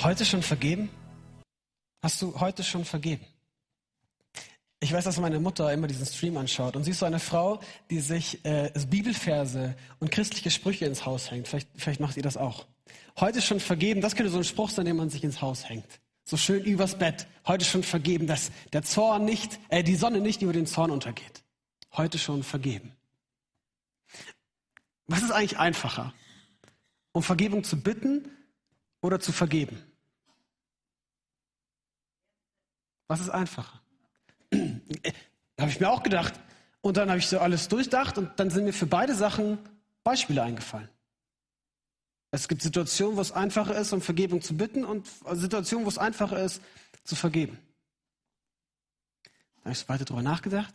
Heute schon vergeben? Hast du heute schon vergeben? Ich weiß, dass meine Mutter immer diesen Stream anschaut und sie ist so eine Frau, die sich Bibelverse und christliche Sprüche ins Haus hängt. Vielleicht macht ihr das auch. Heute schon vergeben, das könnte so ein Spruch sein, den man sich ins Haus hängt. So schön übers Bett. Heute schon vergeben, dass der Zorn nicht, die Sonne nicht über den Zorn untergeht. Heute schon vergeben. Was ist eigentlich einfacher? Um Vergebung zu bitten oder zu vergeben? Was ist einfacher? Habe ich mir auch gedacht. Und dann habe ich so alles durchdacht und dann sind mir für beide Sachen Beispiele eingefallen. Es gibt Situationen, wo es einfacher ist, um Vergebung zu bitten und Situationen, wo es einfacher ist, zu vergeben. Da habe ich so weiter drüber nachgedacht.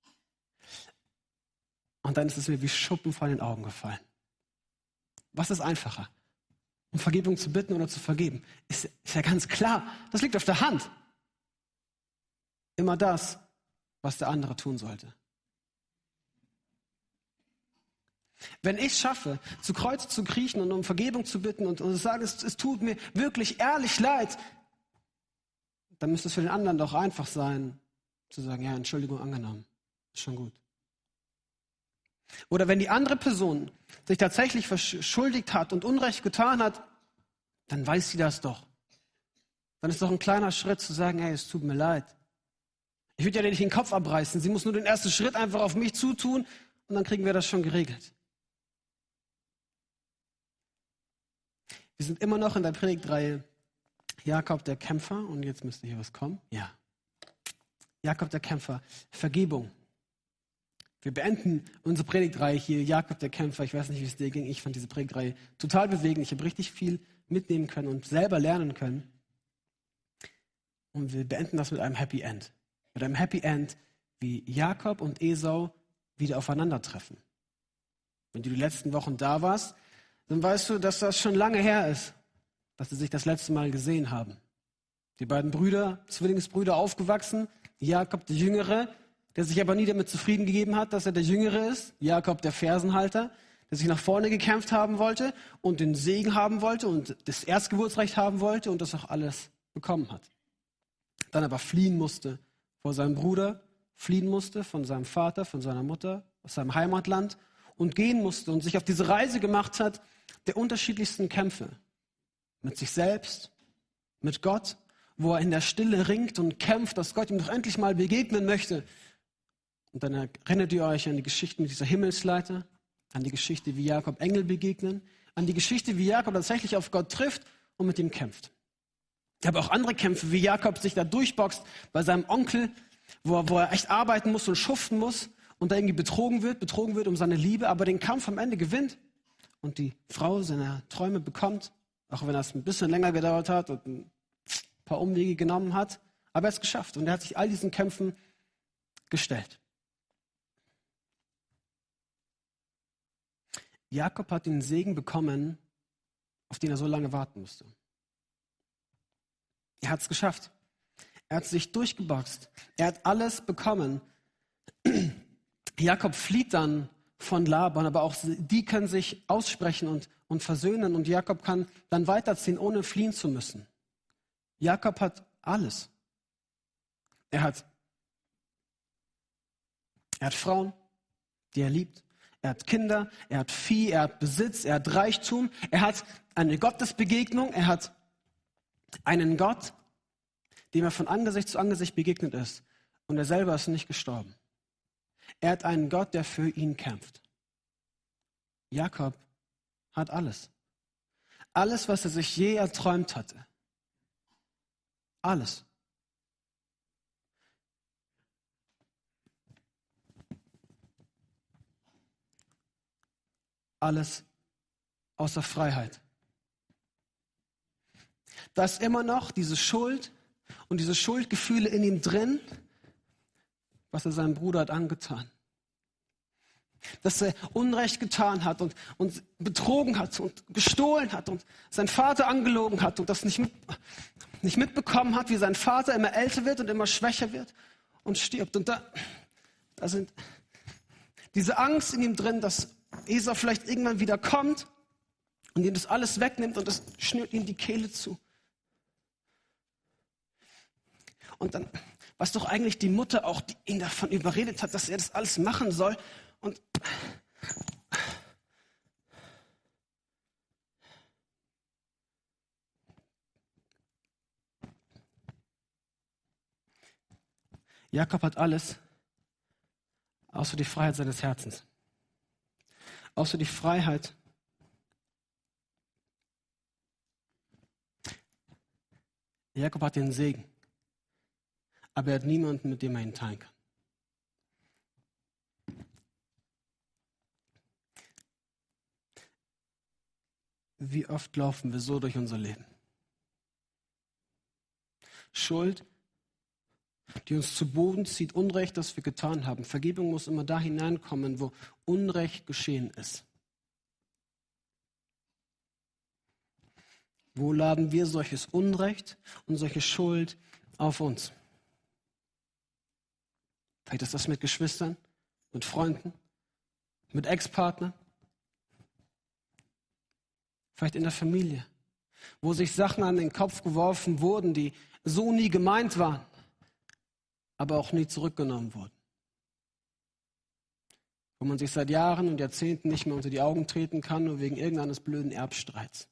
Und dann ist es mir wie Schuppen von den Augen gefallen. Was ist einfacher? Um Vergebung zu bitten oder zu vergeben? Ist ja ganz klar. Das liegt auf der Hand. Immer das, was der andere tun sollte. Wenn ich schaffe, zu Kreuz zu kriechen und um Vergebung zu bitten und sage, es tut mir wirklich ehrlich leid, dann müsste es für den anderen doch einfach sein, zu sagen, ja, Entschuldigung angenommen. Ist schon gut. Oder wenn die andere Person sich tatsächlich verschuldigt hat und Unrecht getan hat, dann weiß sie das doch. Dann ist doch ein kleiner Schritt zu sagen, hey, es tut mir leid. Ich würde ja nicht den Kopf abreißen. Sie muss nur den ersten Schritt einfach auf mich zutun und dann kriegen wir das schon geregelt. Wir sind immer noch in der Predigtreihe Jakob der Kämpfer und jetzt müsste hier was kommen. Ja. Jakob der Kämpfer, Vergebung. Wir beenden unsere Predigtreihe hier, Jakob der Kämpfer. Ich weiß nicht, wie es dir ging. Ich fand diese Predigtreihe total bewegend. Ich habe richtig viel mitnehmen können und selber lernen können. Und wir beenden das mit einem Happy End. Mit einem Happy End, wie Jakob und Esau wieder aufeinandertreffen. Wenn du die letzten Wochen da warst, dann weißt du, dass das schon lange her ist, dass sie sich das letzte Mal gesehen haben. Die beiden Brüder, Zwillingsbrüder aufgewachsen, Jakob der Jüngere, der sich aber nie damit zufrieden gegeben hat, dass er der Jüngere ist, Jakob der Fersenhalter, der sich nach vorne gekämpft haben wollte und den Segen haben wollte und das Erstgeburtsrecht haben wollte und das auch alles bekommen hat. Dann aber fliehen musste vor seinem Bruder, fliehen musste von seinem Vater, von seiner Mutter, aus seinem Heimatland und gehen musste und sich auf diese Reise gemacht hat, der unterschiedlichsten Kämpfe. Mit sich selbst, mit Gott, wo er in der Stille ringt und kämpft, dass Gott ihm doch endlich mal begegnen möchte. Und dann erinnert ihr euch an die Geschichte mit dieser Himmelsleiter, an die Geschichte, wie Jakob Engel begegnen, an die Geschichte, wie Jakob tatsächlich auf Gott trifft und mit ihm kämpft. Ich habe auch andere Kämpfe, wie Jakob sich da durchboxt bei seinem Onkel, wo er echt arbeiten muss und schuften muss und da irgendwie betrogen wird um seine Liebe, aber den Kampf am Ende gewinnt und die Frau seiner Träume bekommt, auch wenn das ein bisschen länger gedauert hat und ein paar Umwege genommen hat, aber er hat es geschafft und er hat sich all diesen Kämpfen gestellt. Jakob hat den Segen bekommen, auf den er so lange warten musste. Er hat es geschafft. Er hat sich durchgeboxt. Er hat alles bekommen. Jakob flieht dann von Laban, aber auch die können sich aussprechen und versöhnen und Jakob kann dann weiterziehen, ohne fliehen zu müssen. Jakob hat alles. Er hat Frauen, die er liebt. Er hat Kinder, er hat Vieh, er hat Besitz, er hat Reichtum. Er hat eine Gottesbegegnung, er hat einen Gott, dem er von Angesicht zu Angesicht begegnet ist. Und er selber ist nicht gestorben. Er hat einen Gott, der für ihn kämpft. Jakob hat alles. Alles, was er sich je erträumt hatte. Alles. Alles außer Freiheit. Da ist immer noch diese Schuld und diese Schuldgefühle in ihm drin, was er seinem Bruder hat angetan. Dass er Unrecht getan hat und betrogen hat und gestohlen hat und seinen Vater angelogen hat und das nicht mitbekommen hat, wie sein Vater immer älter wird und immer schwächer wird und stirbt. Und da sind diese Angst in ihm drin, dass Esau vielleicht irgendwann wieder kommt und ihm das alles wegnimmt und das schnürt ihm die Kehle zu. Und dann, was doch eigentlich die Mutter auch ihn davon überredet hat, dass er das alles machen soll. Und Jakob hat alles, außer die Freiheit seines Herzens. Außer die Freiheit, Jakob hat den Segen, aber er hat niemanden, mit dem er ihn teilen kann. Wie oft laufen wir so durch unser Leben? Schuld, die uns zu Boden zieht, Unrecht, das wir getan haben. Vergebung muss immer da hineinkommen, wo Unrecht geschehen ist. Wo laden wir solches Unrecht und solche Schuld auf uns? Vielleicht ist das mit Geschwistern, mit Freunden, mit Ex-Partnern, vielleicht in der Familie, wo sich Sachen an den Kopf geworfen wurden, die so nie gemeint waren, aber auch nie zurückgenommen wurden. Wo man sich seit Jahren und Jahrzehnten nicht mehr unter die Augen treten kann, nur wegen irgendeines blöden Erbstreits.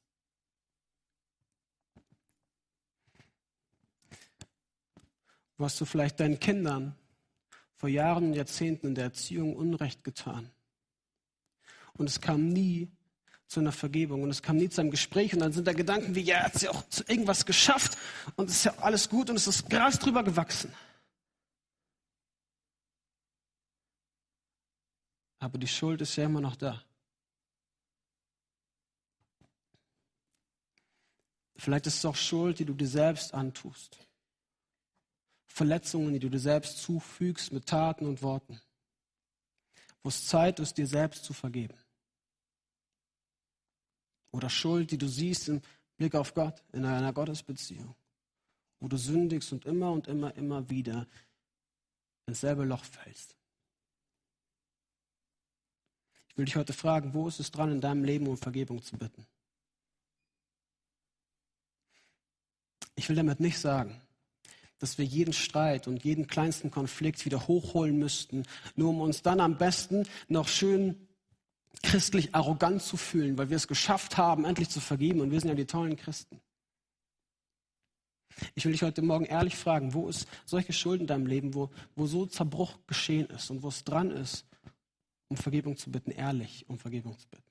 Wo hast du vielleicht deinen Kindern vor Jahren und Jahrzehnten in der Erziehung Unrecht getan? Und es kam nie zu einer Vergebung und es kam nie zu einem Gespräch und dann sind da Gedanken wie, ja, er hat ja auch zu irgendwas geschafft und es ist ja alles gut und es ist Gras drüber gewachsen. Aber die Schuld ist ja immer noch da. Vielleicht ist es auch Schuld, die du dir selbst antust. Verletzungen, die du dir selbst zufügst mit Taten und Worten. Wo es Zeit ist, dir selbst zu vergeben. Oder Schuld, die du siehst im Blick auf Gott, in einer Gottesbeziehung. Wo du sündigst und immer wieder ins selbe Loch fällst. Ich will dich heute fragen, wo ist es dran, in deinem Leben um Vergebung zu bitten? Ich will damit nicht sagen, dass wir jeden Streit und jeden kleinsten Konflikt wieder hochholen müssten, nur um uns dann am besten noch schön christlich arrogant zu fühlen, weil wir es geschafft haben, endlich zu vergeben und wir sind ja die tollen Christen. Ich will dich heute Morgen ehrlich fragen, wo ist solche Schuld in deinem Leben, wo so Zerbruch geschehen ist und wo es dran ist, um Vergebung zu bitten, ehrlich um Vergebung zu bitten.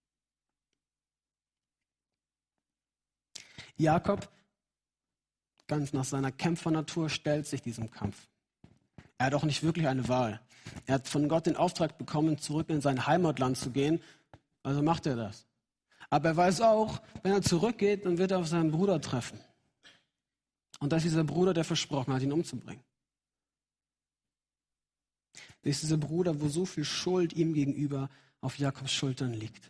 Jakob, ganz nach seiner Kämpfernatur, stellt sich diesem Kampf. Er hat auch nicht wirklich eine Wahl. Er hat von Gott den Auftrag bekommen, zurück in sein Heimatland zu gehen, also macht er das. Aber er weiß auch, wenn er zurückgeht, dann wird er auf seinen Bruder treffen. Und das ist dieser Bruder, der versprochen hat, ihn umzubringen. Das ist dieser Bruder, wo so viel Schuld ihm gegenüber auf Jakobs Schultern liegt.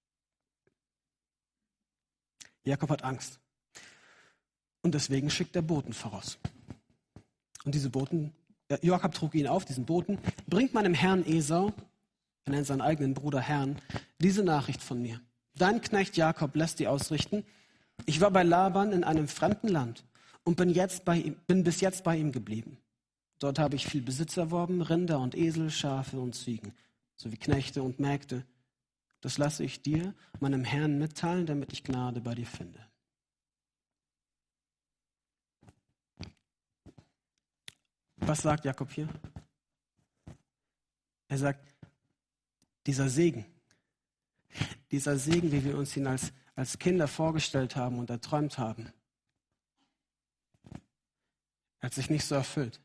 Jakob hat Angst. Und deswegen schickt er Boten voraus. Und diese Boten, Jakob trug ihn auf, diesen Boten, bringt meinem Herrn Esau, er nennt seinen eigenen Bruder Herrn, diese Nachricht von mir. Dein Knecht Jakob lässt dir ausrichten, ich war bei Laban in einem fremden Land und bin bis jetzt bei ihm geblieben. Dort habe ich viel Besitz erworben, Rinder und Esel, Schafe und Ziegen, sowie Knechte und Mägde. Das lasse ich dir, meinem Herrn, mitteilen, damit ich Gnade bei dir finde. Was sagt Jakob hier? Er sagt, dieser Segen, wie wir uns ihn als Kinder vorgestellt haben und erträumt haben, hat sich nicht so erfüllt.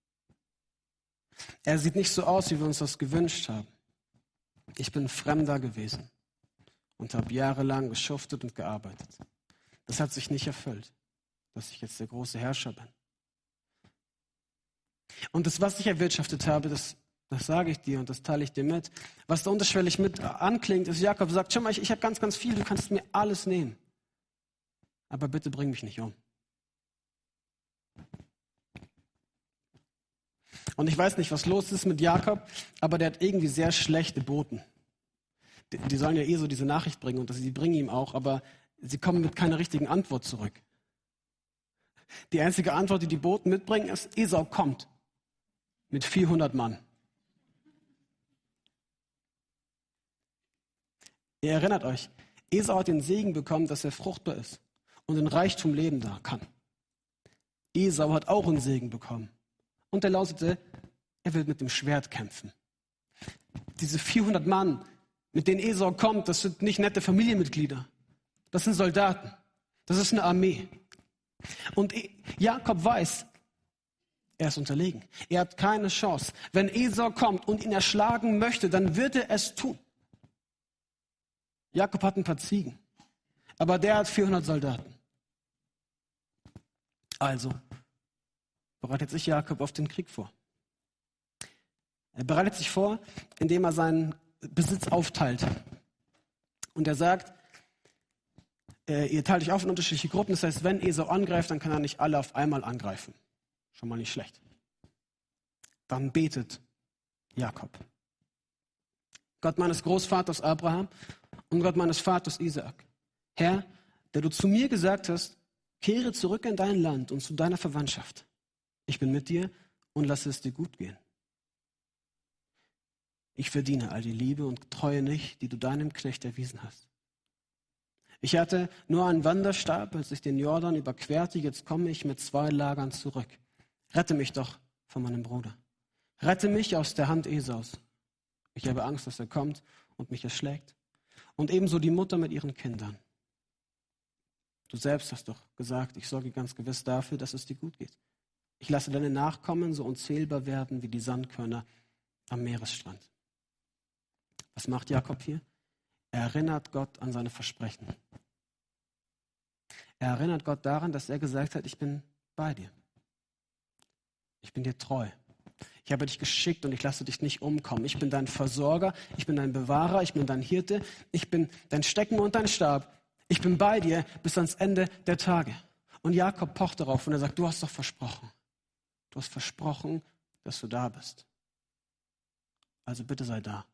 Er sieht nicht so aus, wie wir uns das gewünscht haben. Ich bin Fremder gewesen und habe jahrelang geschuftet und gearbeitet. Das hat sich nicht erfüllt, dass ich jetzt der große Herrscher bin. Und das, was ich erwirtschaftet habe, das sage ich dir und das teile ich dir mit. Was da unterschwellig mit anklingt, ist, Jakob sagt, schau mal, ich habe ganz, ganz viel, du kannst mir alles nehmen. Aber bitte bring mich nicht um. Und ich weiß nicht, was los ist mit Jakob, aber der hat irgendwie sehr schlechte Boten. Die sollen ja so diese Nachricht bringen und sie bringen ihm auch, aber sie kommen mit keiner richtigen Antwort zurück. Die einzige Antwort, die die Boten mitbringen, ist, Esau kommt mit 400 Mann. Ihr erinnert euch, Esau hat den Segen bekommen, dass er fruchtbar ist und in Reichtum leben da kann. Esau hat auch einen Segen bekommen. Und der lautete, er will mit dem Schwert kämpfen. Diese 400 Mann, mit denen Esau kommt, das sind nicht nette Familienmitglieder. Das sind Soldaten. Das ist eine Armee. Und Jakob weiß, er ist unterlegen. Er hat keine Chance. Wenn Esau kommt und ihn erschlagen möchte, dann wird er es tun. Jakob hat ein paar Ziegen, aber der hat 400 Soldaten. Also bereitet sich Jakob auf den Krieg vor. Er bereitet sich vor, indem er seinen Besitz aufteilt. Und er sagt, ihr teilt euch auf in unterschiedliche Gruppen. Das heißt, wenn Esau angreift, dann kann er nicht alle auf einmal angreifen. Schon mal nicht schlecht. Dann betet Jakob. Gott meines Großvaters Abraham und Gott meines Vaters Isaak. Herr, der du zu mir gesagt hast, kehre zurück in dein Land und zu deiner Verwandtschaft. Ich bin mit dir und lasse es dir gut gehen. Ich verdiene all die Liebe und Treue nicht, die du deinem Knecht erwiesen hast. Ich hatte nur einen Wanderstab, als ich den Jordan überquerte. Jetzt komme ich mit 2 Lagern zurück. Rette mich doch von meinem Bruder. Rette mich aus der Hand Esaus. Ich habe Angst, dass er kommt und mich erschlägt. Und ebenso die Mutter mit ihren Kindern. Du selbst hast doch gesagt, ich sorge ganz gewiss dafür, dass es dir gut geht. Ich lasse deine Nachkommen so unzählbar werden wie die Sandkörner am Meeresstrand. Was macht Jakob hier? Er erinnert Gott an seine Versprechen. Er erinnert Gott daran, dass er gesagt hat, ich bin bei dir. Ich bin dir treu. Ich habe dich geschickt und ich lasse dich nicht umkommen. Ich bin dein Versorger, ich bin dein Bewahrer, ich bin dein Hirte, ich bin dein Stecken und dein Stab. Ich bin bei dir bis ans Ende der Tage. Und Jakob pocht darauf und er sagt, du hast doch versprochen. Du hast versprochen, dass du da bist. Also bitte sei da.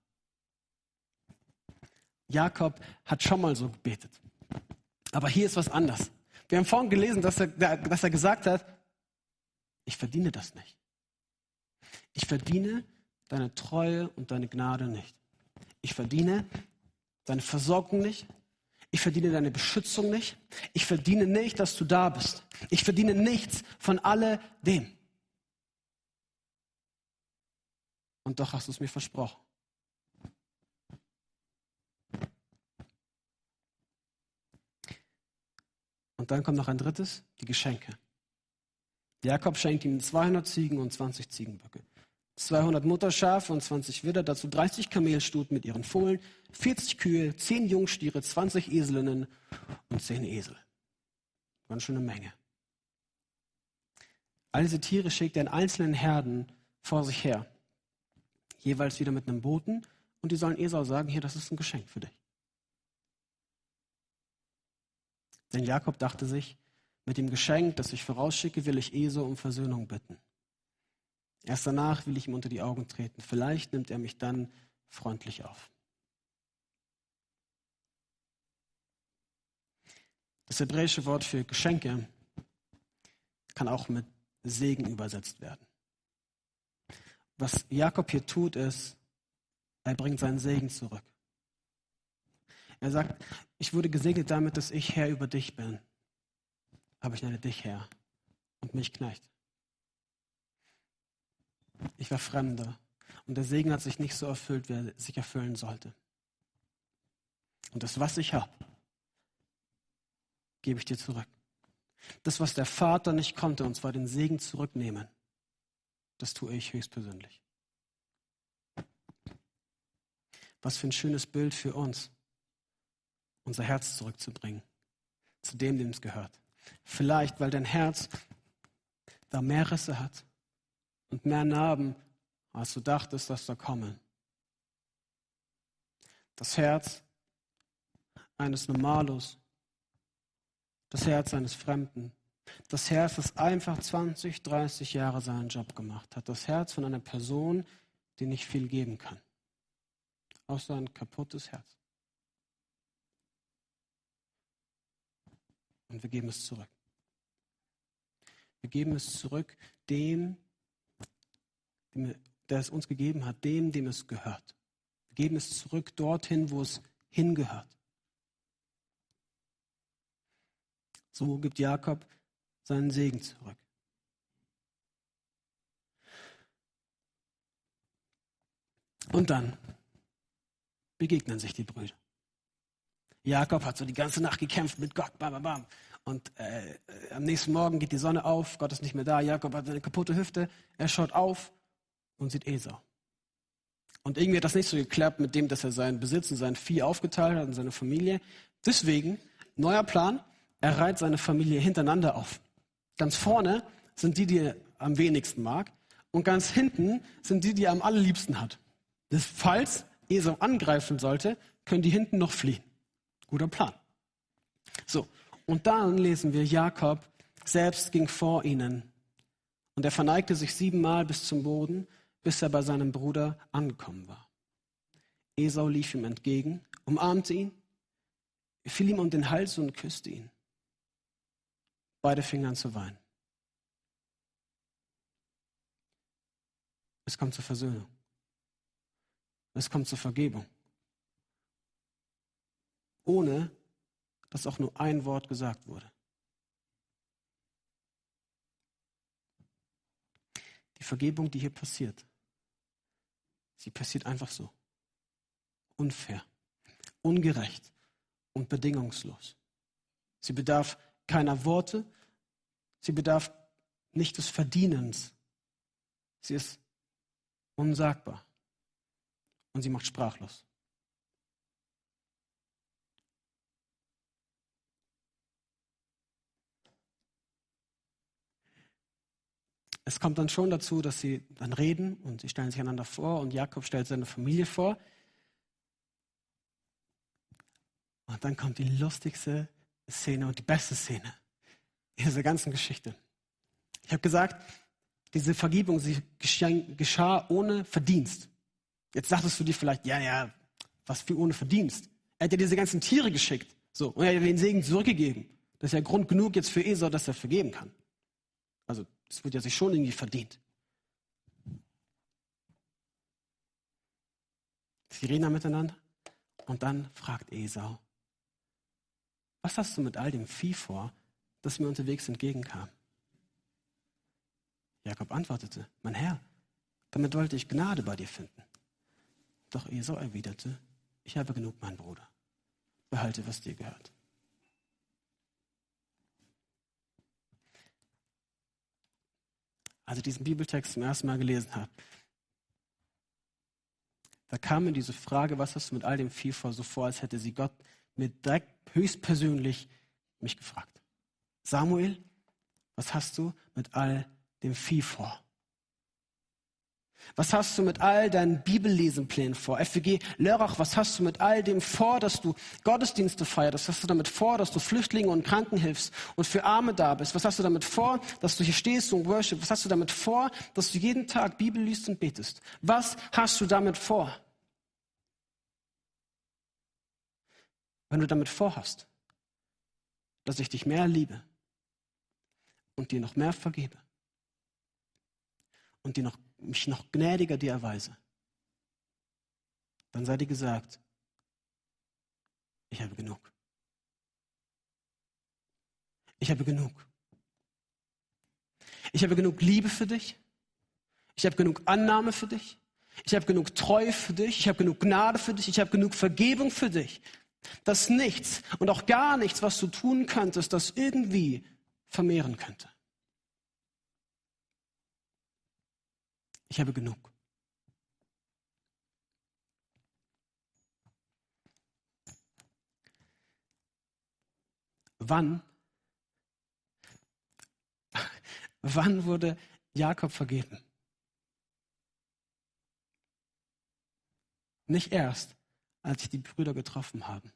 Jakob hat schon mal so gebetet. Aber hier ist was anders. Wir haben vorhin gelesen, dass er gesagt hat, ich verdiene das nicht. Ich verdiene deine Treue und deine Gnade nicht. Ich verdiene deine Versorgung nicht. Ich verdiene deine Beschützung nicht. Ich verdiene nicht, dass du da bist. Ich verdiene nichts von alledem. Und doch hast du es mir versprochen. Und dann kommt noch ein drittes, die Geschenke. Jakob schenkt ihm 200 Ziegen und 20 Ziegenböcke, 200 Mutterschafe und 20 Widder, dazu 30 Kamelstuten mit ihren Fohlen, 40 Kühe, 10 Jungstiere, 20 Eselinnen und 10 Esel. Ganz schön eine Menge. All diese Tiere schickt er in einzelnen Herden vor sich her, jeweils wieder mit einem Boten, und die sollen Esau sagen, hier, das ist ein Geschenk für dich. Denn Jakob dachte sich, mit dem Geschenk, das ich vorausschicke, will ich Esau um Versöhnung bitten. Erst danach will ich ihm unter die Augen treten. Vielleicht nimmt er mich dann freundlich auf. Das hebräische Wort für Geschenke kann auch mit Segen übersetzt werden. Was Jakob hier tut, ist, er bringt seinen Segen zurück. Er sagt, ich wurde gesegnet damit, dass ich Herr über dich bin. Aber ich nenne dich Herr und mich Knecht. Ich war Fremder und der Segen hat sich nicht so erfüllt, wie er sich erfüllen sollte. Und das, was ich habe, gebe ich dir zurück. Das, was der Vater nicht konnte, und zwar den Segen zurücknehmen, das tue ich höchstpersönlich. Was für ein schönes Bild für uns, unser Herz zurückzubringen, zu dem es gehört. Vielleicht, weil dein Herz da mehr Risse hat und mehr Narben, als du dachtest, dass da kommen. Das Herz eines Normalos, das Herz eines Fremden, das Herz, das einfach 20, 30 Jahre seinen Job gemacht hat, das Herz von einer Person, die nicht viel geben kann, außer ein kaputtes Herz. Und wir geben es zurück. Wir geben es zurück dem, der es uns gegeben hat, dem es gehört. Wir geben es zurück dorthin, wo es hingehört. So gibt Jakob seinen Segen zurück. Und dann begegnen sich die Brüder. Jakob hat so die ganze Nacht gekämpft mit Gott, bam, bam, bam. Und am nächsten Morgen geht die Sonne auf, Gott ist nicht mehr da, Jakob hat eine kaputte Hüfte, er schaut auf und sieht Esau. Und irgendwie hat das nicht so geklappt mit dem, dass er seinen Besitz und sein Vieh aufgeteilt hat und seine Familie. Deswegen, neuer Plan, er reiht seine Familie hintereinander auf. Ganz vorne sind die er am wenigsten mag und ganz hinten sind die er am allerliebsten hat. Das, falls Esau angreifen sollte, können die hinten noch fliehen. Guter Plan. So, und dann lesen wir, Jakob selbst ging vor ihnen und er verneigte sich 7-mal bis zum Boden, bis er bei seinem Bruder angekommen war. Esau lief ihm entgegen, umarmte ihn, fiel ihm um den Hals und küsste ihn. Beide fingen an zu weinen. Es kommt zur Versöhnung. Es kommt zur Vergebung. Ohne, dass auch nur ein Wort gesagt wurde. Die Vergebung, die hier passiert, sie passiert einfach so. Unfair, ungerecht und bedingungslos. Sie bedarf keiner Worte, sie bedarf nicht des Verdienens. Sie ist unsagbar und sie macht sprachlos. Es kommt dann schon dazu, dass sie dann reden und sie stellen sich einander vor und Jakob stellt seine Familie vor. Und dann kommt die lustigste Szene und die beste Szene in dieser ganzen Geschichte. Ich habe gesagt, diese Vergebung, sie geschah ohne Verdienst. Jetzt sagtest du dir vielleicht, ja, was für ohne Verdienst? Er hat ja diese ganzen Tiere geschickt, so, und er hat den Segen zurückgegeben. Das ist ja Grund genug jetzt für Esau, dass er vergeben kann. Also, das wird ja sich schon irgendwie verdient. Sie reden da miteinander und dann fragt Esau, was hast du mit all dem Vieh vor, das mir unterwegs entgegenkam? Jakob antwortete, mein Herr, damit wollte ich Gnade bei dir finden. Doch Esau erwiderte, ich habe genug, mein Bruder. Behalte, was dir gehört. Als ich diesen Bibeltext zum ersten Mal gelesen habe, da kam mir diese Frage, was hast du mit all dem Vieh vor, so vor, als hätte sie Gott mir direkt höchstpersönlich mich gefragt. Samuel, was hast du mit all dem Vieh vor? Was hast du mit all deinen Bibellesenplänen vor? FWG Lörrach, was hast du mit all dem vor, dass du Gottesdienste feierst? Was hast du damit vor, dass du Flüchtlingen und Kranken hilfst und für Arme da bist? Was hast du damit vor, dass du hier stehst und worship? Was hast du damit vor, dass du jeden Tag Bibel liest und betest? Was hast du damit vor? Wenn du damit vorhast, dass ich dich mehr liebe und dir noch mehr vergebe und mich noch gnädiger dir erweise, dann sei dir gesagt, ich habe genug. Ich habe genug. Ich habe genug Liebe für dich. Ich habe genug Annahme für dich. Ich habe genug Treue für dich. Ich habe genug Gnade für dich. Ich habe genug Vergebung für dich. Dass nichts und auch gar nichts, was du tun könntest, das irgendwie vermehren könnte. Ich habe genug. Wann wurde Jakob vergeben? Nicht erst, als sich die Brüder getroffen haben.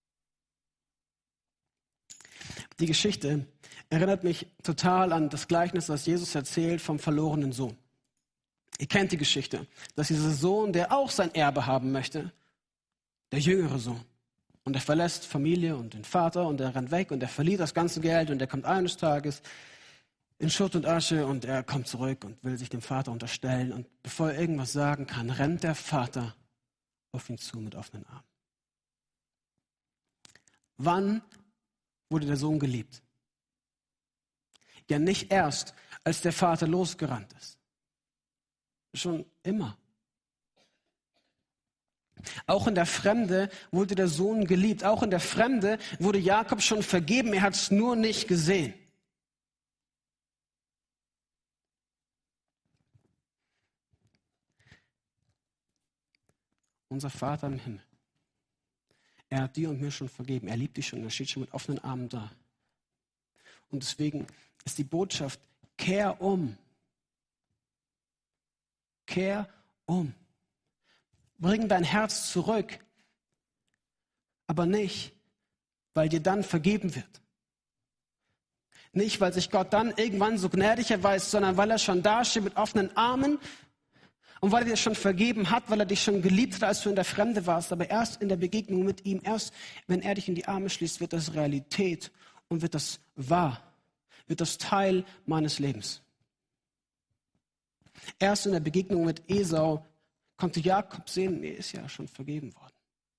Die Geschichte erinnert mich total an das Gleichnis, was Jesus erzählt vom verlorenen Sohn. Ihr kennt die Geschichte, dass dieser Sohn, der auch sein Erbe haben möchte, der jüngere Sohn, und er verlässt Familie und den Vater und er rennt weg und er verliert das ganze Geld und er kommt eines Tages in Schutt und Asche und er kommt zurück und will sich dem Vater unterstellen. Und bevor er irgendwas sagen kann, rennt der Vater auf ihn zu mit offenen Armen. Wann wurde der Sohn geliebt? Ja, nicht erst, als der Vater losgerannt ist. Schon immer. Auch in der Fremde wurde der Sohn geliebt. Auch in der Fremde wurde Jakob schon vergeben. Er hat es nur nicht gesehen. Unser Vater im Himmel. Er hat dir und mir schon vergeben. Er liebt dich schon. Er steht schon mit offenen Armen da. Und deswegen ist die Botschaft, kehr um. Kehr um. Bring dein Herz zurück. Aber nicht, weil dir dann vergeben wird. Nicht, weil sich Gott dann irgendwann so gnädig erweist, sondern weil er schon da steht mit offenen Armen und weil er dir schon vergeben hat, weil er dich schon geliebt hat, als du in der Fremde warst. Aber erst in der Begegnung mit ihm, erst wenn er dich in die Arme schließt, wird das Realität und wird das wahr, wird das Teil meines Lebens. Erst in der Begegnung mit Esau konnte Jakob sehen, er ist ja schon vergeben worden.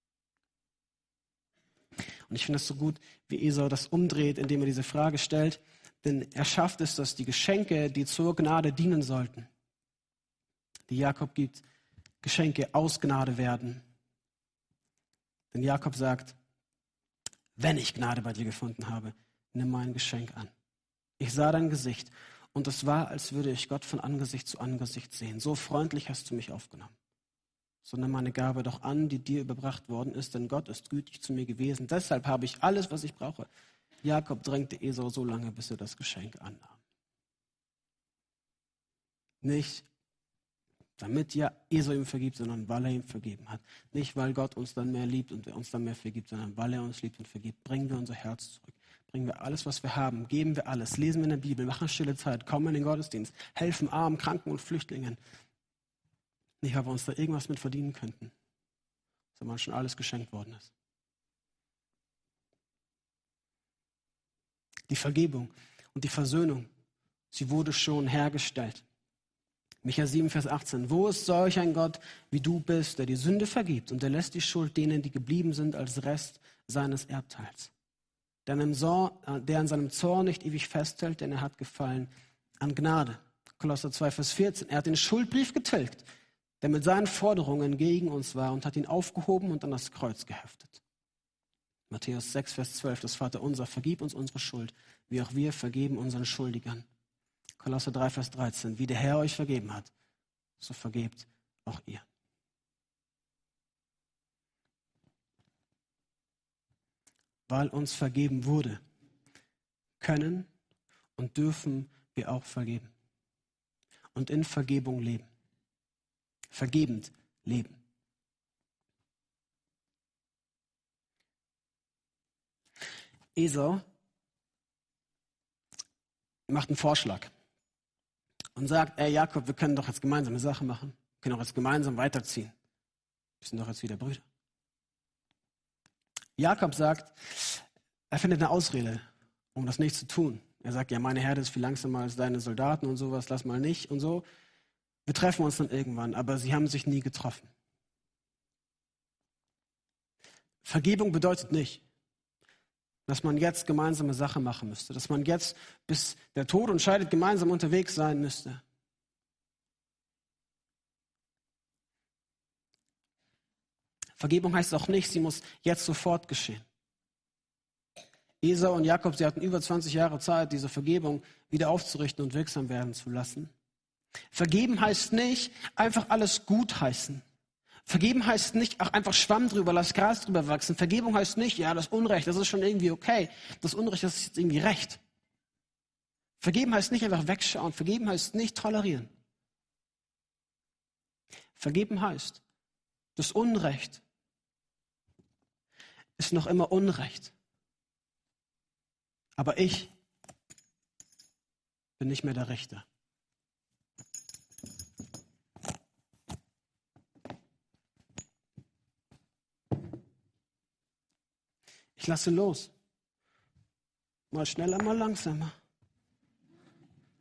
Und ich finde es so gut, wie Esau das umdreht, indem er diese Frage stellt. Denn er schafft es, dass die Geschenke, die zur Gnade dienen sollten, die Jakob gibt, Geschenke aus Gnade werden. Denn Jakob sagt, wenn ich Gnade bei dir gefunden habe, nimm mein Geschenk an. Ich sah dein Gesicht und es war, als würde ich Gott von Angesicht zu Angesicht sehen. So freundlich hast du mich aufgenommen. So nimm meine Gabe doch an, die dir überbracht worden ist, denn Gott ist gütig zu mir gewesen. Deshalb habe ich alles, was ich brauche. Jakob drängte Esau so lange, bis er das Geschenk annahm. Nicht, damit ja Esau ihm vergibt, sondern weil er ihm vergeben hat. Nicht, weil Gott uns dann mehr liebt und er uns dann mehr vergibt, sondern weil er uns liebt und vergibt. Bringen wir unser Herz zurück. Bringen wir alles, was wir haben. Geben wir alles. Lesen wir in der Bibel. Machen stille Zeit. Kommen in den Gottesdienst. Helfen Armen, Kranken und Flüchtlingen. Nicht, weil wir uns da irgendwas mit verdienen könnten, sondern schon alles geschenkt worden ist. Die Vergebung und die Versöhnung, sie wurde schon hergestellt. Micha 7, Vers 18. Wo ist solch ein Gott, wie du bist, der die Sünde vergibt und der lässt die Schuld denen, die geblieben sind, als Rest seines Erbteils. Der an seinem Zorn nicht ewig festhält, denn er hat Gefallen an Gnade. Kolosser 2, Vers 14. Er hat den Schuldbrief getilgt, der mit seinen Forderungen gegen uns war und hat ihn aufgehoben und an das Kreuz geheftet. Matthäus 6, Vers 12. Das Vaterunser, vergib uns unsere Schuld, wie auch wir vergeben unseren Schuldigern. Kolosser 3, Vers 13. Wie der Herr euch vergeben hat, so vergebt auch ihr. Weil uns vergeben wurde, können und dürfen wir auch vergeben. Und in Vergebung leben. Vergebend leben. Esau macht einen Vorschlag und sagt, Jakob, wir können doch jetzt gemeinsame Sache machen. Wir können auch jetzt gemeinsam weiterziehen. Wir sind doch jetzt wieder Brüder. Jakob sagt, er findet eine Ausrede, um das nicht zu tun. Er sagt, ja, meine Herde ist viel langsamer als deine Soldaten und sowas, lass mal nicht und so. Wir treffen uns dann irgendwann, aber sie haben sich nie getroffen. Vergebung bedeutet nicht, dass man jetzt gemeinsame Sache machen müsste, dass man jetzt, bis der Tod uns scheidet, gemeinsam unterwegs sein müsste. Vergebung heißt auch nicht, sie muss jetzt sofort geschehen. Esau und Jakob, sie hatten über 20 Jahre Zeit, diese Vergebung wieder aufzurichten und wirksam werden zu lassen. Vergeben heißt nicht, einfach alles gutheißen. Vergeben heißt nicht, ach, einfach Schwamm drüber, lass Gras drüber wachsen. Vergebung heißt nicht, ja, das Unrecht, das ist schon irgendwie okay. Das Unrecht, das ist jetzt irgendwie Recht. Vergeben heißt nicht einfach wegschauen. Vergeben heißt nicht tolerieren. Vergeben heißt, das Unrecht ist noch immer Unrecht. Aber ich bin nicht mehr der Richter. Ich lasse los. Mal schneller, mal langsamer.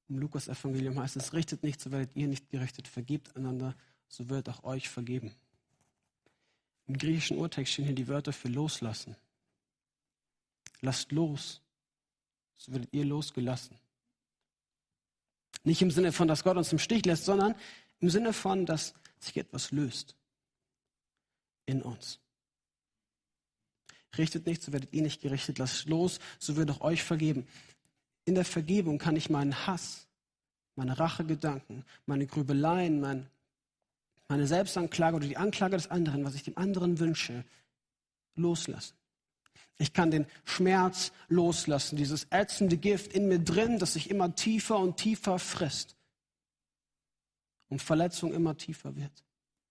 Im Lukas-Evangelium heißt es, richtet nicht, so werdet ihr nicht gerichtet, vergebt einander, so wird auch euch vergeben. Im griechischen Urtext stehen hier die Wörter für loslassen. Lasst los, so werdet ihr losgelassen. Nicht im Sinne von, dass Gott uns im Stich lässt, sondern im Sinne von, dass sich etwas löst in uns. Richtet nicht, so werdet ihr nicht gerichtet. Lasst los, so wird auch euch vergeben. In der Vergebung kann ich meinen Hass, meine Rachegedanken, meine Grübeleien, meine Selbstanklage oder die Anklage des anderen, was ich dem anderen wünsche, loslassen. Ich kann den Schmerz loslassen, dieses ätzende Gift in mir drin, das sich immer tiefer und tiefer frisst und Verletzung immer tiefer wird.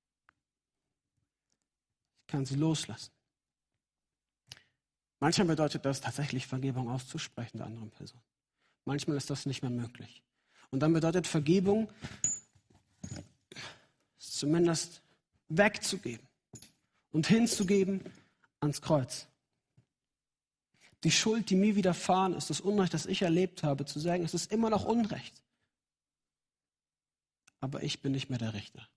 Ich kann sie loslassen. Manchmal bedeutet das tatsächlich Vergebung auszusprechen der anderen Person. Manchmal ist das nicht mehr möglich. Und dann bedeutet Vergebung, es zumindest wegzugeben und hinzugeben ans Kreuz. Die Schuld, die mir widerfahren ist, das Unrecht, das ich erlebt habe, zu sagen, es ist immer noch Unrecht. Aber ich bin nicht mehr der Richter.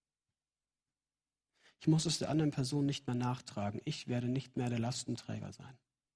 Ich muss es der anderen Person nicht mehr nachtragen. Ich werde nicht mehr der Lastenträger sein.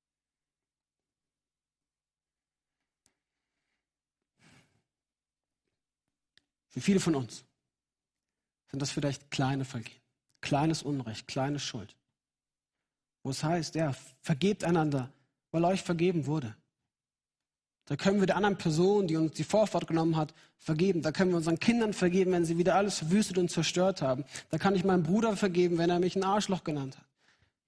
Für viele von uns sind das vielleicht kleine Vergehen, kleines Unrecht, kleine Schuld. Wo es heißt, ja, vergebt einander, weil euch vergeben wurde. Da können wir der anderen Person, die uns die Vorfahrt genommen hat, vergeben. Da können wir unseren Kindern vergeben, wenn sie wieder alles verwüstet und zerstört haben. Da kann ich meinem Bruder vergeben, wenn er mich ein Arschloch genannt hat.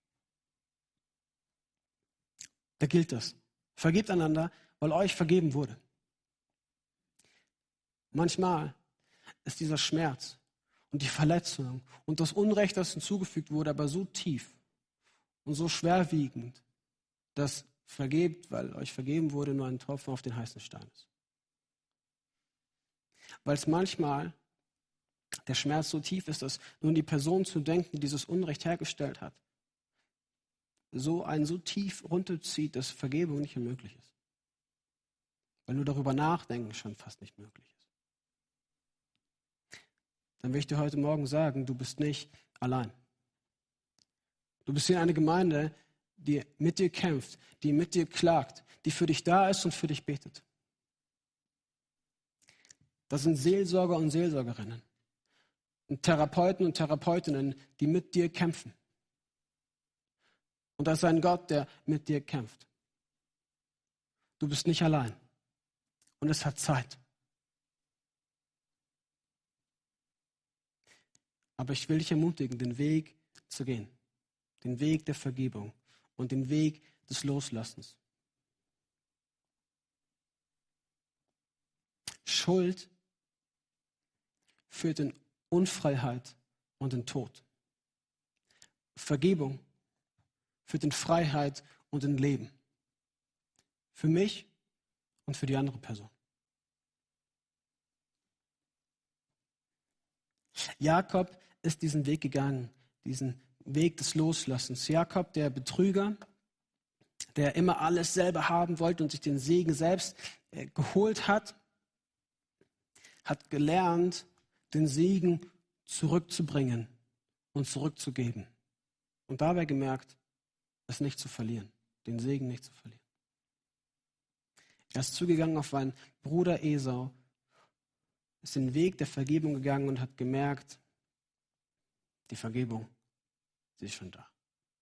Da gilt das. Vergebt einander, weil euch vergeben wurde. Manchmal ist dieser Schmerz und die Verletzung und das Unrecht, das hinzugefügt wurde, aber so tief und so schwerwiegend, dass vergebt, weil euch vergeben wurde, nur ein Tropfen auf den heißen Stein ist. Weil es manchmal der Schmerz so tief ist, dass nun die Person zu denken, die dieses Unrecht hergestellt hat, so tief runterzieht, dass Vergebung nicht mehr möglich ist. Weil nur darüber nachdenken schon fast nicht möglich ist. Dann will ich dir heute Morgen sagen, du bist nicht allein. Du bist hier eine Gemeinde, die mit dir kämpft, die mit dir klagt, die für dich da ist und für dich betet. Das sind Seelsorger und Seelsorgerinnen und Therapeuten und Therapeutinnen, die mit dir kämpfen. Und das ist ein Gott, der mit dir kämpft. Du bist nicht allein. Und es hat Zeit. Aber ich will dich ermutigen, den Weg zu gehen. Den Weg der Vergebung und den Weg des Loslassens. Schuld führt in Unfreiheit und in Tod. Vergebung führt in Freiheit und in Leben. Für mich und für die andere Person. Jakob ist diesen Weg gegangen, diesen Weg des Loslassens. Jakob, der Betrüger, der immer alles selber haben wollte und sich den Segen selbst geholt hat, hat gelernt, den Segen zurückzubringen und zurückzugeben. Und dabei gemerkt, es nicht zu verlieren, den Segen nicht zu verlieren. Er ist zugegangen auf seinen Bruder Esau, ist den Weg der Vergebung gegangen und hat gemerkt, die Vergebung, sie ist schon da.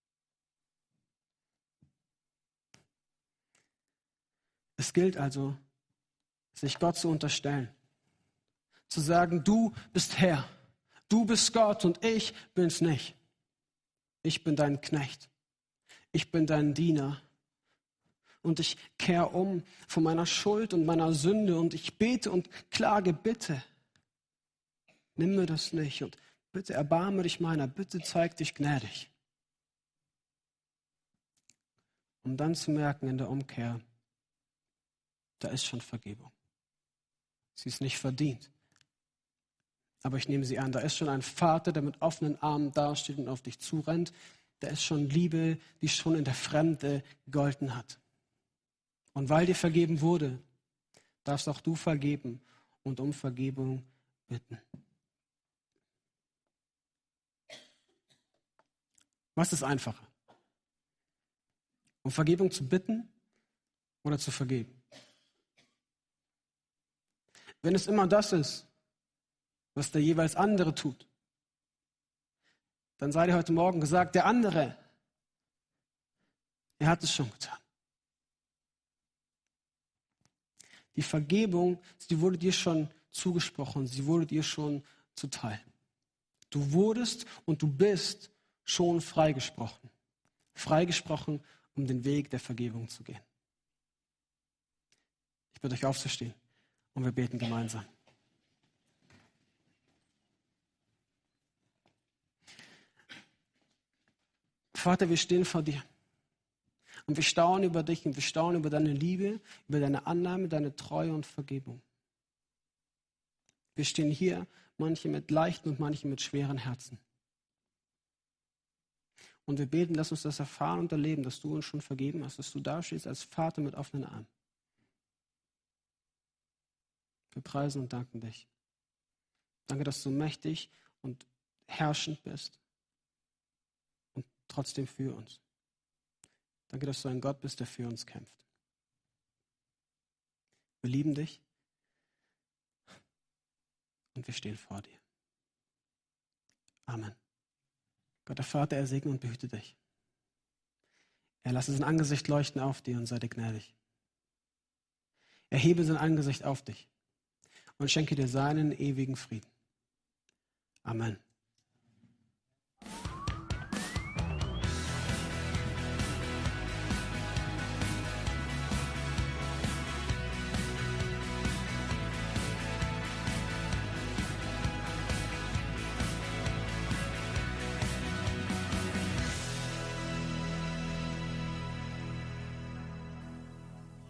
Es gilt also, sich Gott zu unterstellen, zu sagen, du bist Herr, du bist Gott und ich bin's nicht. Ich bin dein Knecht, ich bin dein Diener und ich kehre um von meiner Schuld und meiner Sünde und ich bete und klage, bitte, nimm mir das nicht und bitte erbarme dich meiner, bitte zeig dich gnädig. Um dann zu merken in der Umkehr, da ist schon Vergebung. Sie ist nicht verdient, aber ich nehme sie an. Da ist schon ein Vater, der mit offenen Armen dasteht und auf dich zurennt. Da ist schon Liebe, die schon in der Fremde gegolten hat. Und weil dir vergeben wurde, darfst auch du vergeben und um Vergebung bitten. Was ist einfacher? Um Vergebung zu bitten oder zu vergeben? Wenn es immer das ist, was der jeweils andere tut, dann sei dir heute Morgen gesagt, der andere, er hat es schon getan. Die Vergebung, sie wurde dir schon zugesprochen, sie wurde dir schon zuteil. Du wurdest und du bist schon freigesprochen. Freigesprochen, um den Weg der Vergebung zu gehen. Ich bitte euch aufzustehen und wir beten gemeinsam. Vater, wir stehen vor dir. Und wir staunen über dich und wir staunen über deine Liebe, über deine Annahme, deine Treue und Vergebung. Wir stehen hier, manche mit leichten und manche mit schweren Herzen. Und wir beten, lass uns das erfahren und erleben, dass du uns schon vergeben hast, dass du da stehst als Vater mit offenen Armen. Wir preisen und danken dich. Danke, dass du mächtig und herrschend bist und trotzdem für uns. Danke, dass du ein Gott bist, der für uns kämpft. Wir lieben dich und wir stehen vor dir. Amen. Gott, der Vater, er segne und behüte dich. Er lasse sein Angesicht leuchten auf dir und sei dir gnädig. Er hebe sein Angesicht auf dich und schenke dir seinen ewigen Frieden. Amen.